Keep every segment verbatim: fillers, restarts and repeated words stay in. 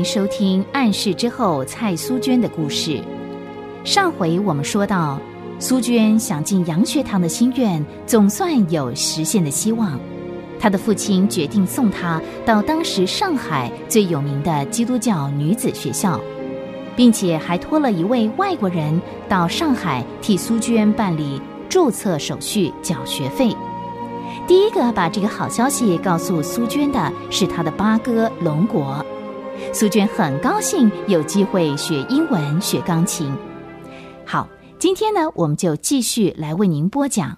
您收听暗示之后蔡苏娟的故事。上回我们说到，苏娟想进洋学堂的心愿总算有实现的希望，她的父亲决定送她到当时上海最有名的基督教女子学校，并且还托了一位外国人到上海替苏娟办理注册手续缴学费。第一个把这个好消息告诉苏娟的是她的八哥龙国。苏娟很高兴有机会学英文学钢琴。好，今天呢我们就继续来为您播讲。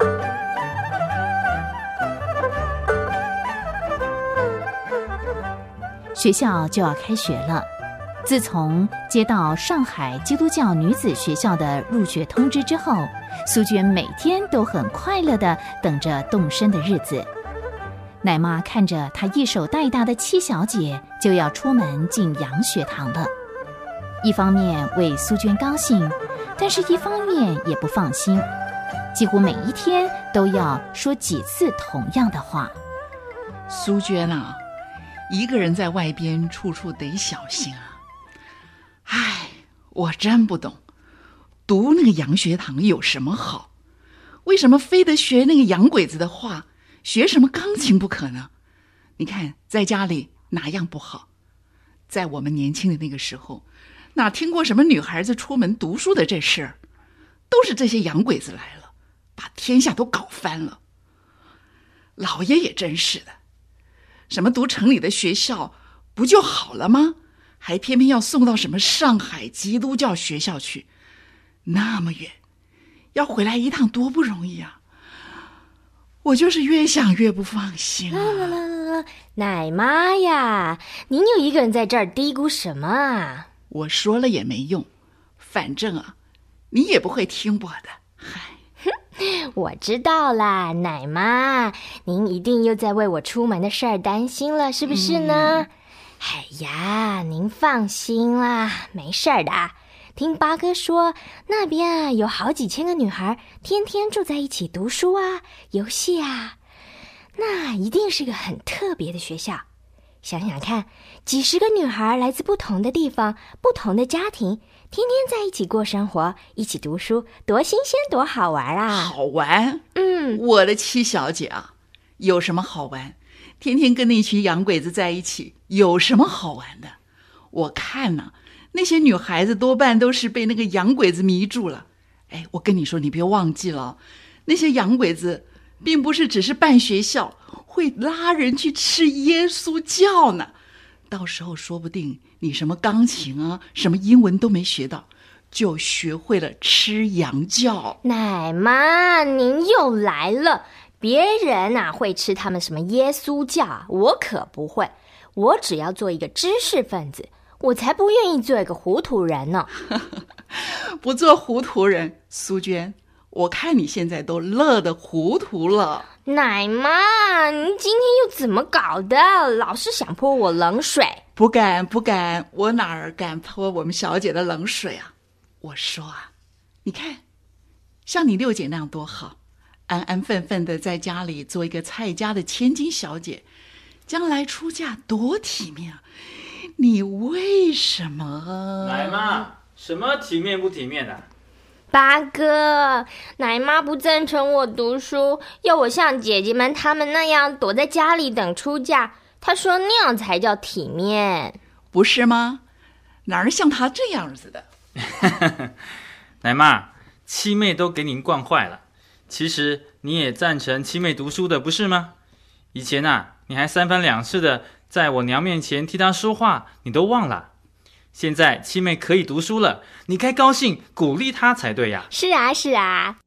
学校就要开学了，自从接到上海基督教女子学校的入学通知之后，苏娟每天都很快乐地等着动身的日子。奶妈看着她一手带大的七小姐就要出门进洋学堂了，一方面为苏娟高兴，但是一方面也不放心，几乎每一天都要说几次同样的话。 苏娟啊，一个人在外边处处得小心啊。唉，我真不懂，读那个洋学堂有什么好？为什么非得学那个洋鬼子的话？学什么钢琴不可呢？你看在家里哪样不好？在我们年轻的那个时候，哪听过什么女孩子出门读书的这事儿？都是这些洋鬼子来了，把天下都搞翻了。老爷也真是的，什么读城里的学校不就好了吗？还偏偏要送到什么上海基督教学校去，那么远，要回来一趟多不容易啊！我就是越想越不放心啊！ 啦啦啦啦，奶妈呀，您又一个人在这儿嘀咕什么啊？ 我说了也没用，反正啊，你也不会听我的。嗨， 我知道啦，奶妈，您一定又在为我出门的事儿担心了，是不是呢？嗯、哎呀，您放心啦，没事儿的。听八哥说，那边啊有好几千个女孩，天天住在一起读书啊、游戏啊，那一定是个很特别的学校。想想看，几十个女孩来自不同的地方、不同的家庭，天天在一起过生活，一起读书，多新鲜，多好玩啊！ 好玩？ 嗯， 我的七小姐啊，有什么好玩？天天跟那群洋鬼子在一起，有什么好玩的？我看呢、啊。那些女孩子多半都是被那个洋鬼子迷住了。哎，我跟你说，你别忘记了，那些洋鬼子并不是只是办学校，会拉人去吃耶稣教呢。到时候说不定你什么钢琴啊，什么英文都没学到，就学会了吃洋教。 奶妈，您又来了。别人啊会吃他们什么耶稣教，我可不会。我只要做一个知识分子，我才不愿意做一个糊涂人呢。 不做糊涂人，苏娟，我看你现在都乐得糊涂了。 奶妈，您今天又怎么搞的？老是想泼我冷水。 不敢不敢，我哪儿敢泼我们小姐的冷水啊？我说啊，你看，像你六姐那样多好，安安分分的在家里做一个蔡家的千金小姐，将来出嫁多体面啊！你为什么？ 奶妈，什么体面不体面的？ 八哥，奶妈不赞成我读书，要我像姐姐们她们那样躲在家里等出嫁。她说那样才叫体面， 不是吗？哪儿像她这样子的？ 奶妈，七妹都给您惯坏了。其实你也赞成七妹读书的，不是吗？以前啊，你还三番两次的在我娘面前替她说话，你都忘了。现在七妹可以读书了，你该高兴鼓励她才对呀。 是啊是啊。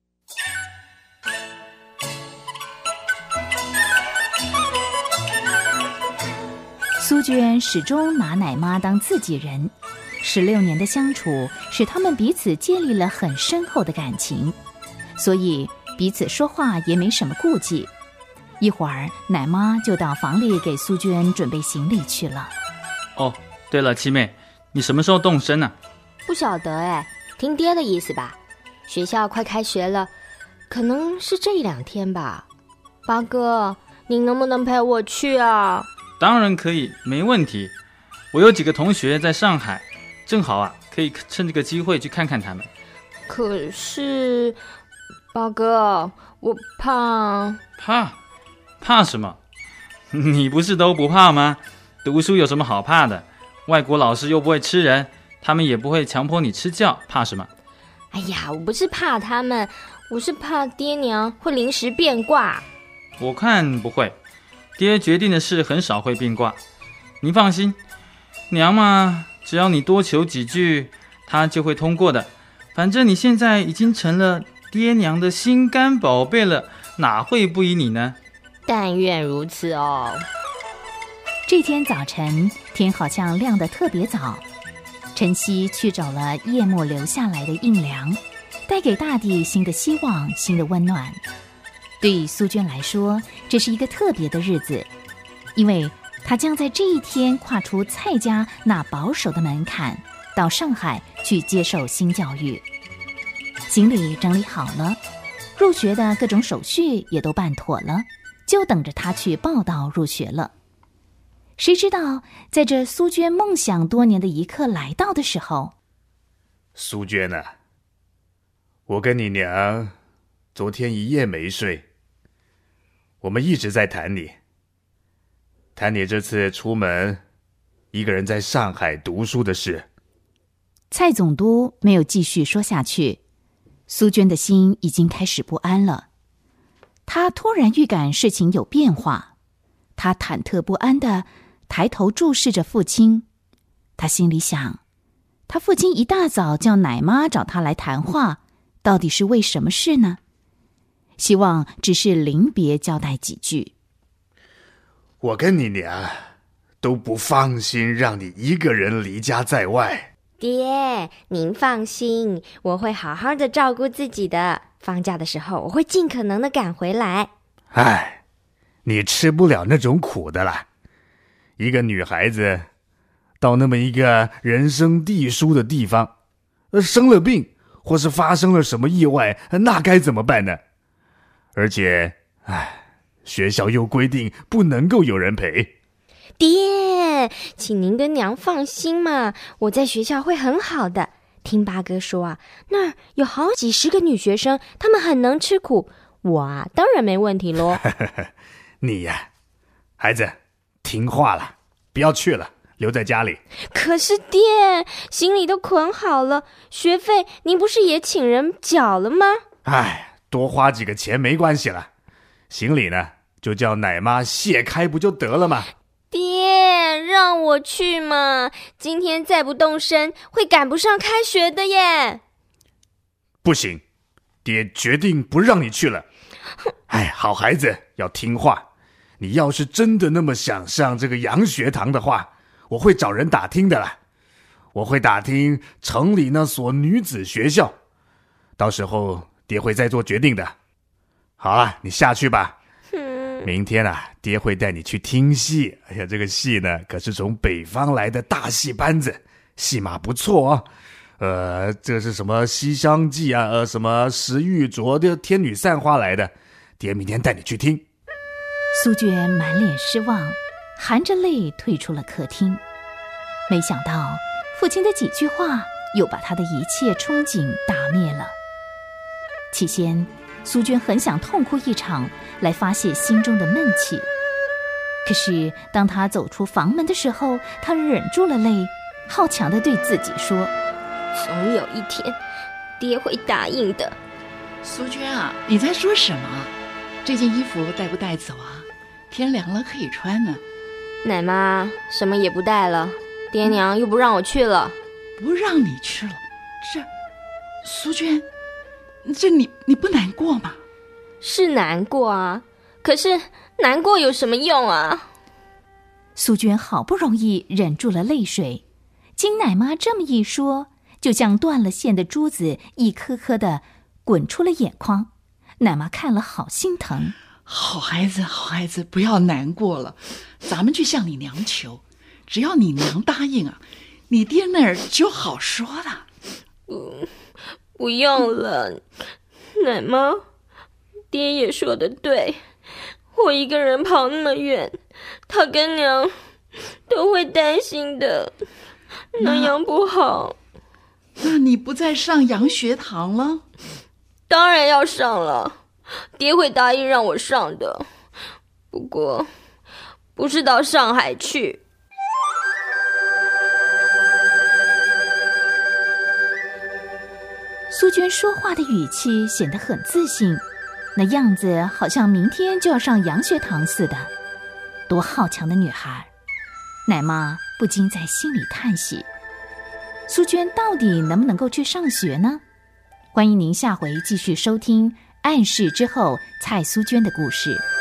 苏娟始终拿奶妈当自己人，十六年的相处使他们彼此建立了很深厚的感情，所以彼此说话也没什么顾忌。一会儿奶妈就到房里给苏娟准备行李去了。 哦，对了，七妹，你什么时候动身呢？ 不晓得哎，听爹的意思吧。学校快开学了，可能是这一两天吧。八哥，你能不能陪我去啊？ 当然可以，没问题。 我有几个同学在上海，正好啊，可以趁这个机会去看看他们。 可是，八哥，我怕…… 怕？怕什么？你不是都不怕吗？读书有什么好怕的？外国老师又不会吃人，他们也不会强迫你吃觉，怕什么？ 哎呀，我不是怕他们，我是怕爹娘会临时变卦。 我看不会，爹决定的事很少会变卦。您放心，娘嘛，只要你多求几句，他就会通过的。反正你现在已经成了爹娘的心肝宝贝了，哪会不依你呢？ 但愿如此哦。 这天早晨，天好像亮得特别早。晨曦去找了夜幕留下来的阴凉，带给大地新的希望，新的温暖。对于苏娟来说，这是一个特别的日子，因为她将在这一天跨出蔡家那保守的门槛，到上海去接受新教育。行李整理好了，入学的各种手续也都办妥了，就等着她去报到入学了。谁知道，在这苏娟梦想多年的一刻来到的时候， 苏娟啊，我跟你娘昨天一夜没睡，我们一直在谈你，谈你这次出门一个人在上海读书的事。 蔡总督没有继续说下去，苏娟的心已经开始不安了。她突然预感事情有变化，她忐忑不安地抬头注视着父亲。她心里想，她父亲一大早叫奶妈找她来谈话，到底是为什么事呢？希望只是临别交代几句。 我跟你娘都不放心让你一个人离家在外。 爹，您放心，我会好好的照顾自己的。放假的时候，我会尽可能的赶回来。 唉，你吃不了那种苦的啦。一个女孩子到那么一个人生地疏的地方，呃，生了病或是发生了什么意外，那该怎么办呢？而且，唉，学校又规定不能够有人陪。 爹，请您跟娘放心嘛，我在学校会很好的。听八哥说啊，那儿有好几十个女学生，她们很能吃苦，我啊当然没问题咯。 你呀，孩子，听话了，不要去了，留在家里。 可是爹，行李都捆好了，学费您不是也请人缴了吗？ 唉，多花几个钱没关系了，行李呢就叫奶妈卸开不就得了吗？ 爹，让我去嘛！今天再不动身，会赶不上开学的耶！ 不行，爹决定不让你去了。哎，好孩子，要听话。你要是真的那么想上这个洋学堂的话，我会找人打听的啦。我会打听城里那所女子学校，到时候爹会再做决定的。好了，你下去吧。明天啊，爹会带你去听戏。哎呀，这个戏呢，可是从北方来的大戏班子，戏码不错啊。呃，这是什么《西厢记》啊，呃，什么石玉镯的《天女散花》来的。爹明天带你去听。 苏娟满脸失望，含着泪退出了客厅。没想到父亲的几句话又把她的一切憧憬打灭了。起先苏娟很想痛哭一场来发泄心中的闷气，可是当她走出房门的时候，她忍住了泪，好强地对自己说， 总有一天爹会答应的。 苏娟啊，你在说什么？这件衣服带不带走啊？天凉了可以穿呢。 奶妈什么也不带了，爹娘又不让我去了。 不让你去了？这苏娟，这你你不难过吗？ 是难过啊，可是难过有什么用啊？ 苏娟好不容易忍住了泪水，经奶妈这么一说，就像断了线的珠子一颗颗的滚出了眼眶。奶妈看了好心疼。 好孩子，好孩子，不要难过了，咱们去向你娘求，只要你娘答应啊，你爹那儿就好说了。 嗯，不用了，奶妈，爹也说得对，我一个人跑那么远，他跟娘都会担心的，那样不好。 那你不再上洋学堂了？ 当然要上了，爹会答应让我上的，不过不是到上海去。 苏娟说话的语气显得很自信，那样子好像明天就要上洋学堂似的。多好强的女孩！奶妈不禁在心里叹息，苏娟到底能不能够去上学呢？欢迎您下回继续收听《暗示之后》蔡苏娟的故事。